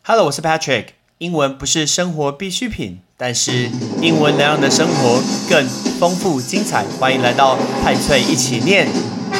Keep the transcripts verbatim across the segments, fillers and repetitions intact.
Hello， 我是 Patrick。英文不是生活必需品，但是英文能让你的生活更丰富精彩。欢迎来到派翠一起念。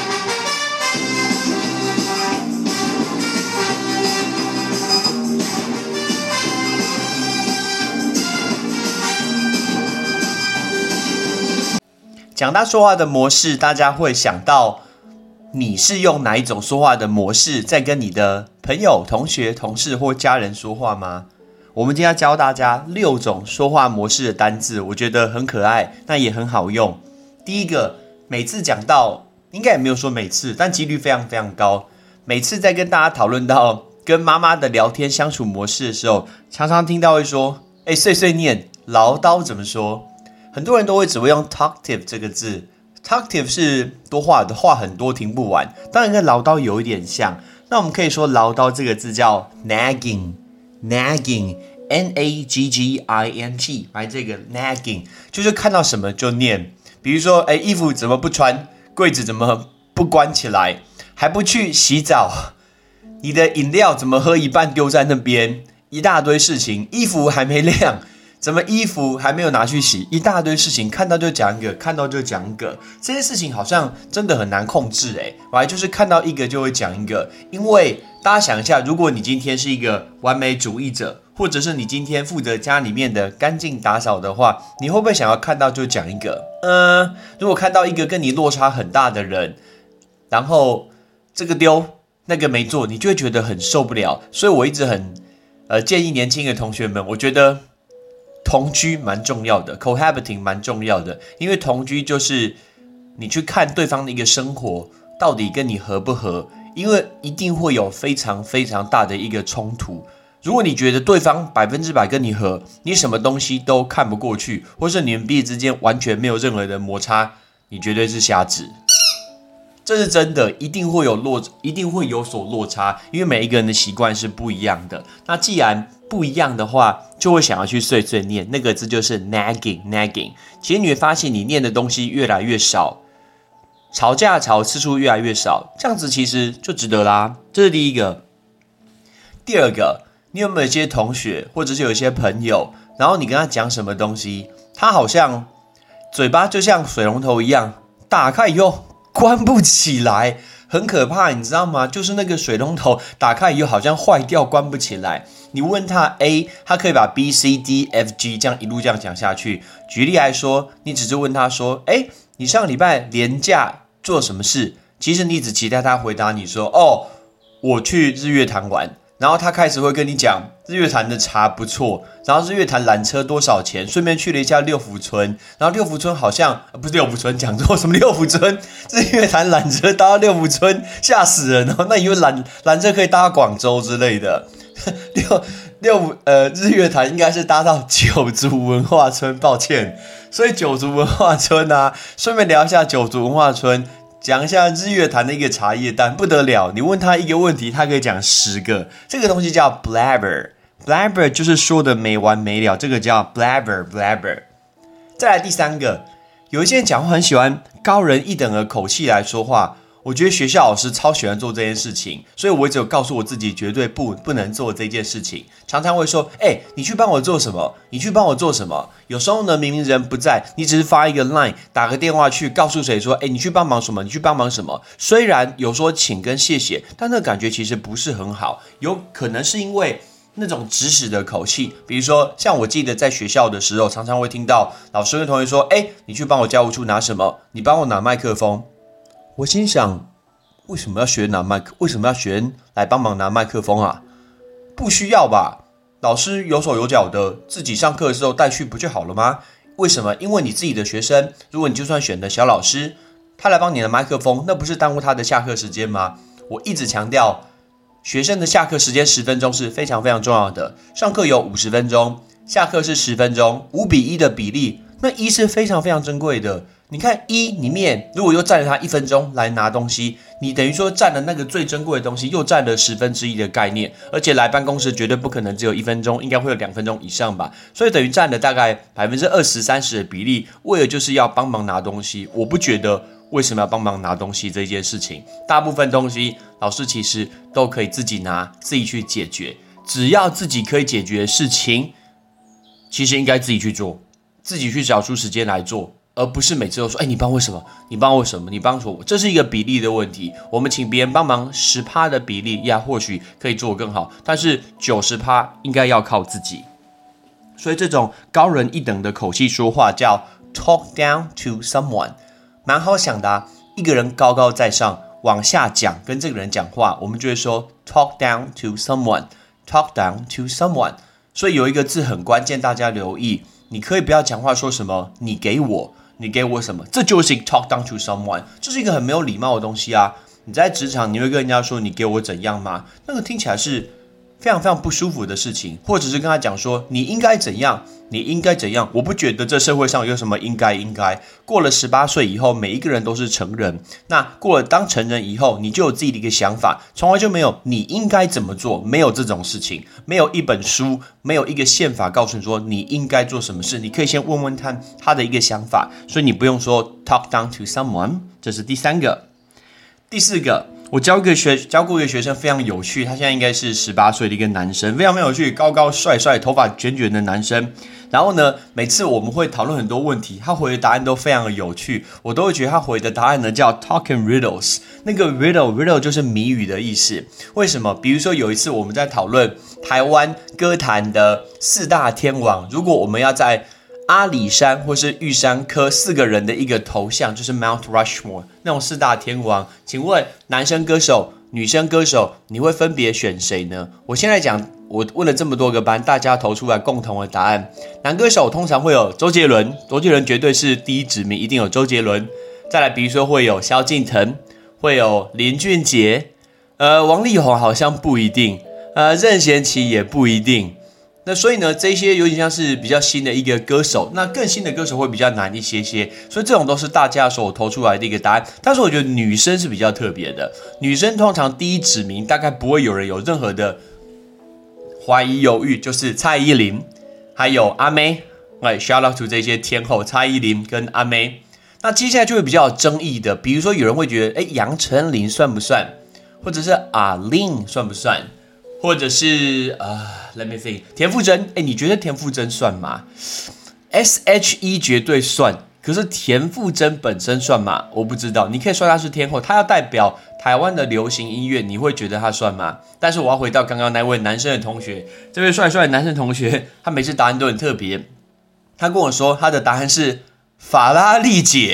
讲到说话的模式，大家会想到你是用哪一种说话的模式在跟你的朋友、同学、同事或家人说话吗？我们今天要教大家六种说话模式的单字，我觉得很可爱，那也很好用。第一个，每次讲到，应该也没有说每次，但几率非常非常高。每次在跟大家讨论到跟妈妈的聊天相处模式的时候，常常听到会说，哎，碎碎念，唠叨怎么说？很多人都会只会用 talkative 这个字。talkative 是多话的，话很多听不完，当然跟唠叨有一点像。那我们可以说唠叨这个字叫 nagging nagging N A G G I N G， 来这个 nagging 就是看到什么就念，比如说，哎，衣服怎么不穿？柜子怎么不关起来？还不去洗澡？你的饮料怎么喝一半丢在那边？一大堆事情，衣服还没晾。怎么衣服还没有拿去洗？一大堆事情，看到就讲一个，看到就讲一个。这些事情好像真的很难控制诶。我还就是看到一个就会讲一个，因为大家想一下，如果你今天是一个完美主义者，或者是你今天负责家里面的干净打扫的话，你会不会想要看到就讲一个？嗯，如果看到一个跟你落差很大的人，然后这个丢，那个没做，你就会觉得很受不了。所以我一直很呃建议年轻的同学们，我觉得同居蛮重要的 ，cohabiting 蛮重要的，因为同居就是你去看对方的一个生活到底跟你合不合，因为一定会有非常非常大的一个冲突。如果你觉得对方百分之百跟你合，你什么东西都看不过去，或是你们彼此之间完全没有任何的摩擦，你绝对是瞎子。这是真的，一定会有落，一定会有所落差，因为每一个人的习惯是不一样的。那既然不一样的话，就会想要去碎碎念，那个字就是 nagging nagging。其实你会发现，你念的东西越来越少，吵架吵次数越来越少，这样子其实就值得啦。这是第一个。第二个，你有没有一些同学，或者是有一些朋友，然后你跟他讲什么东西，他好像嘴巴就像水龙头一样，打开以后关不起来，很可怕，你知道吗？就是那个水龙头打开以后好像坏掉，关不起来。你问他 A， 他可以把 B C D F G 这样一路这样讲下去。举例来说，你只是问他说，哎，你上个礼拜连假做什么事？其实你只期待他回答你说，哦，我去日月潭玩。然后他开始会跟你讲日月潭的茶不错，然后日月潭缆车多少钱，顺便去了一下六福村，然后六福村好像、呃、不是六福村，讲错什么六福村，日月潭缆车搭到六福村，吓死人哦！那以为缆缆车可以搭到广州之类的，六六呃日月潭应该是搭到九族文化村，抱歉，所以九族文化村啊，顺便聊一下九族文化村。讲一下日月潭的一个茶叶蛋，不得了！你问他一个问题，他可以讲十个。这个东西叫 blabber，blabber 就是说的没完没了，这个叫 blabber blabber。再来第三个，有一些人讲话很喜欢高人一等的口气来说话，我觉得学校老师超喜欢做这件事情，所以我只有告诉我自己绝对不不能做这件事情。常常会说，哎，你去帮我做什么？你去帮我做什么？有时候呢，明明人不在，你只是发一个 line， 打个电话去告诉谁说，哎，你去帮忙什么？你去帮忙什么？虽然有说请跟谢谢，但那个感觉其实不是很好，有可能是因为那种指使的口气。比如说，像我记得在学校的时候，常常会听到老师跟同学说，哎，你去帮我教务处拿什么？你帮我拿麦克风。我心想，为什么要学拿麦克？为什么要学人来帮忙拿麦克风啊？不需要吧？老师有手有脚的，自己上课的时候带去不就好了吗？为什么？因为你自己的学生，如果你就算选的小老师，他来帮你拿麦克风，那不是耽误他的下课时间吗？我一直强调，学生的下课时间十分钟是非常非常重要的。上课有五十分钟，下课是十分钟，五比一的比例，那一是非常非常珍贵的。你看一里面，如果又占了他一分钟来拿东西，你等于说占了那个最珍贵的东西，又占了十分之一的概念。而且来办公室绝对不可能只有一分钟，应该会有两分钟以上吧。所以等于占了大概百分之二十三十的比例，为了就是要帮忙拿东西。我不觉得为什么要帮忙拿东西这件事情，大部分东西老师其实都可以自己拿，自己去解决。 只要自己可以解决的事情，其实应该自己去做，自己去找出时间来做，而不是每次都说，哎，你帮我什么？你帮我什么？你帮我，这是一个比例的问题。我们请别人帮忙 百分之十 的比例呀，或许可以做得更好，但是 百分之九十 应该要靠自己。所以这种高人一等的口气说话叫 talk down to someone， 蛮好想的啊。一个人高高在上往下讲，跟这个人讲话，我们就会说 talk down to someone， talk down to someone。 所以有一个字很关键，大家留意，你可以不要讲话说什么你给我，你给我什么，这就是 talk down to someone， 这是一个很没有礼貌的东西啊。你在职场你会跟人家说你给我怎样吗？那个听起来是非常非常不舒服的事情，或者是跟他讲说你应该怎样，你应该怎样。我不觉得这社会上有什么应该应该。过了十八岁以后，每一个人都是成人，那过了当成人以后，你就有自己的一个想法，从来就没有你应该怎么做，没有这种事情，没有一本书，没有一个宪法告诉你说你应该做什么事，你可以先问问他他的一个想法，所以你不用说 talk down to someone。 这是第三个。第四个，我教个学教过一个学生非常有趣，他现在应该是十八岁的一个男生，非常非常有趣，高高帅帅，头发卷卷的男生。然后呢，每次我们会讨论很多问题，他回的答案都非常的有趣，我都会觉得他回的答案呢叫 talking riddles。 那个 riddle riddle 就是谜语的意思。为什么？比如说有一次我们在讨论台湾歌坛的四大天王，如果我们要在阿里山或是玉山刻四个人的一个头像，就是 Mount Rushmore 那种四大天王，请问男生歌手、女生歌手，你会分别选谁呢？我现在讲，我问了这么多个班，大家投出来共同的答案。男歌手通常会有周杰伦，周杰伦绝对是第一指名，一定有周杰伦。再来，比如说会有萧敬腾，会有林俊杰，呃，王力宏好像不一定，呃，任贤齐也不一定。那所以呢，这些有点像是比较新的一个歌手，那更新的歌手会比较难一些些，所以这种都是大家所投出来的一个答案。但是我觉得女生是比较特别的，女生通常第一指名大概不会有人有任何的怀疑犹豫，就是蔡依林，还有阿妹，哎 ，shout out to 这些天后蔡依林跟阿妹。那接下来就会比较有争议的，比如说有人会觉得，哎，杨丞琳算不算，或者是阿令算不算？或者是呃 ，Let me think， 田馥甄，哎，你觉得田馥甄算吗 ？S H E 绝对算，可是田馥甄本身算吗？我不知道。你可以说她是天后，她要代表台湾的流行音乐，你会觉得她算吗？但是我要回到刚刚那位男生的同学，这位帅帅的男生同学，他每次答案都很特别。他跟我说他的答案是法拉利姐。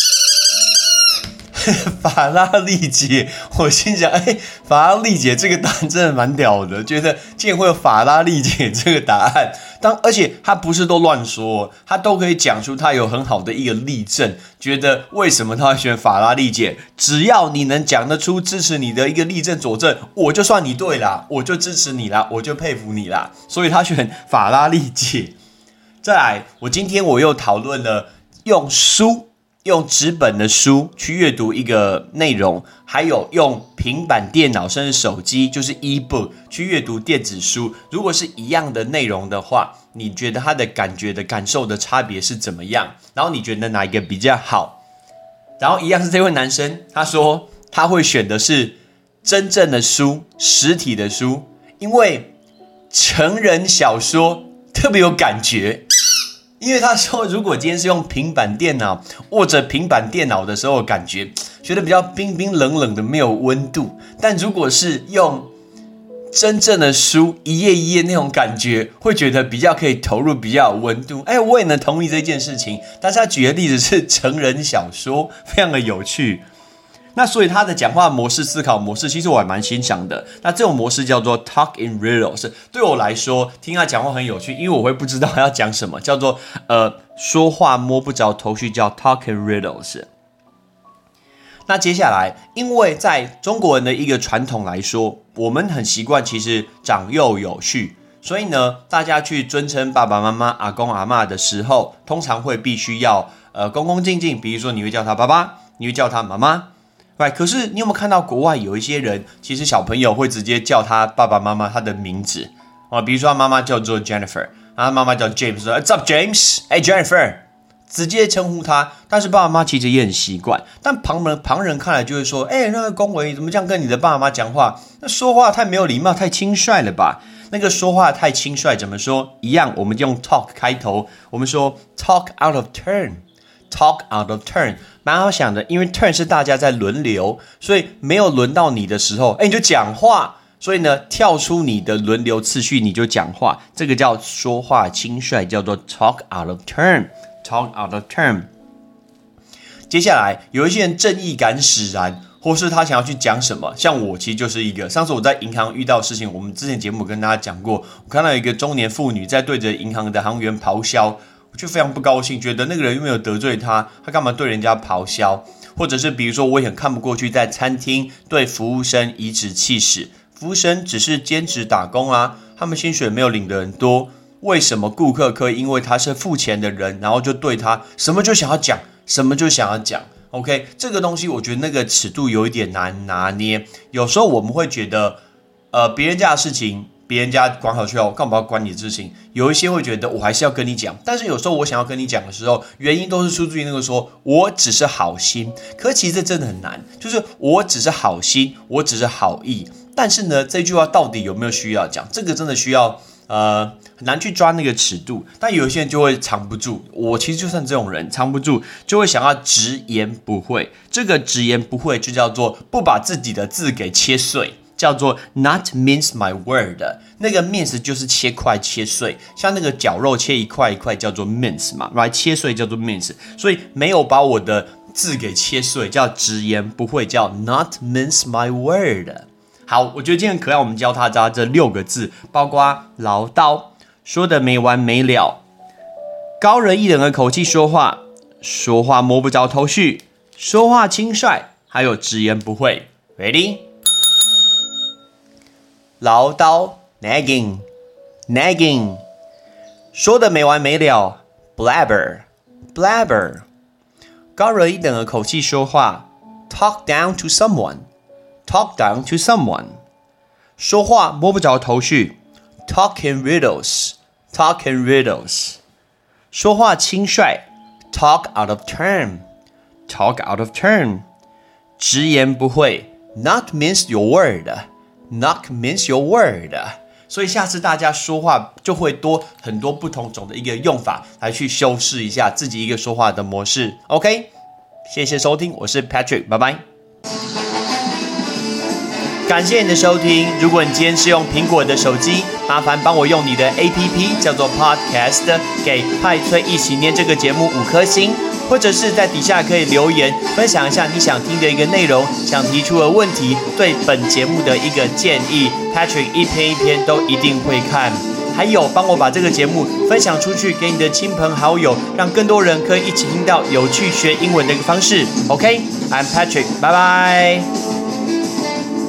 法拉利姐，我心想，哎，法拉利姐这个答案真的蛮屌的，觉得竟然会有法拉利姐这个答案。当而且他不是都乱说，他都可以讲出他有很好的一个例证，觉得为什么他会选法拉利姐。只要你能讲得出支持你的一个例证佐证，我就算你对啦，我就支持你啦，我就佩服你啦。所以他选法拉利姐。再来，我今天我又讨论了用书。用纸本的书去阅读一个内容，还有用平板电脑甚至手机，就是 e-book 去阅读电子书，如果是一样的内容的话，你觉得它的感觉的感受的差别是怎么样？然后你觉得哪一个比较好？然后一样是这位男生，他说他会选的是真正的书，实体的书，因为成人小说特别有感觉。因为他说，如果今天是用平板电脑握着平板电脑的时候，感觉觉得比较冰冰冷冷的，没有温度。但如果是用真正的书，一页一页那种感觉，会觉得比较可以投入，比较有温度。哎，我也能同意这件事情。但是他举的例子是成人小说，非常的有趣。那所以他的讲话模式、思考模式，其实我还蛮欣赏的。那这种模式叫做 talk in riddles， 对我来说，听他讲话很有趣，因为我会不知道他要讲什么，叫做呃说话摸不着头绪，叫 talk in riddles。那接下来，因为在中国人的一个传统来说，我们很习惯其实长幼有序，所以呢，大家去尊称爸爸妈妈、阿公阿嬷的时候，通常会必须要呃恭恭敬敬，比如说你会叫他爸爸，你会叫他妈妈。Right, 可是你有没有看到国外有一些人，其实小朋友会直接叫他爸爸妈妈他的名字啊，比如说他妈妈叫做 Jennifer， 他妈妈叫 James， 说 What's up James？ 哎 Jennifer， 直接称呼他。但是爸爸妈妈其实也很习惯，但旁人旁人看来就会说，哎，那个恭维怎么这样跟你的爸妈讲话？那说话太没有礼貌，太轻率了吧？ 那个说话太轻率，怎么说？一样，我们用 talk 开头，我们说 talk out of turn。Talk out of turn 蛮好想的，因为 turn 是大家在轮流，所以没有轮到你的时候，哎，你就讲话。所以呢，跳出你的轮流次序，你就讲话，这个叫说话轻率，叫做 talk out of turn。Talk out of turn。接下来有一些人正义感使然，或是他想要去讲什么，像我其实就是一个。上次我在银行遇到的事情，我们之前节目跟大家讲过，我看到有一个中年妇女在对着银行的行员咆哮。我就非常不高兴，觉得那个人又没有得罪他，他干嘛对人家咆哮？或者是比如说，我也很看不过去，在餐厅对服务生颐指气使，服务生只是兼职打工啊，他们薪水没有领的人多，为什么顾客可以因为他是付钱的人，然后就对他什么就想要讲，什么就想要讲 ？OK， 这个东西我觉得那个尺度有一点难拿捏，有时候我们会觉得，呃，别人家的事情。别人家管好去哦，干嘛要管你的事情？有一些会觉得我还是要跟你讲，但是有时候我想要跟你讲的时候，原因都是出自于那个说我只是好心，可其实这真的很难，就是我只是好心，我只是好意，但是呢，这句话到底有没有需要讲？这个真的需要呃很难去抓那个尺度，但有一些人就会藏不住。我其实就算这种人藏不住，就会想要直言不讳。这个直言不讳就叫做不把自己的字给切碎。叫做 not mince my word， 那个 mince 就是切块切碎，像那个绞肉切一块一块叫做 mince 嘛 ，right？ 切碎叫做 mince， 所以没有把我的字给切碎，叫直言不讳，叫 not mince my word。好，我觉得今天很可爱，我们教他这六个字，包括唠叨，说的没完没了，高人一等的口气说话，说话摸不着头绪，说话轻率，还有直言不讳。Ready？唠叨 nagging nagging 说的没完没了 blabber blabber 高人一等的口气说话 talk down to someone talk down to someone 说话摸不着头绪 talk in riddles talk in riddles 说话轻率 talk out of turn talk out of turn 直言不讳 not mince your word Not mince your word， 所以下次大家说话就会多很多不同种的一个用法来去修饰一下自己一个说话的模式。OK， 谢谢收听，我是 Patrick， 拜拜。感谢你的收听。如果你今天是用苹果的手机，麻烦帮我用你的 A P P 叫做 Podcast， 给派翠一起念这个节目五颗星。或者是在底下可以留言分享一下你想听的一个内容，想提出的问题，对本节目的一个建议 Patrick 一篇一篇都一定会看。还有帮我把这个节目分享出去给你的亲朋好友，让更多人可以一起听到有趣学英文的一个方式。 OK， I'm Patrick， 拜拜。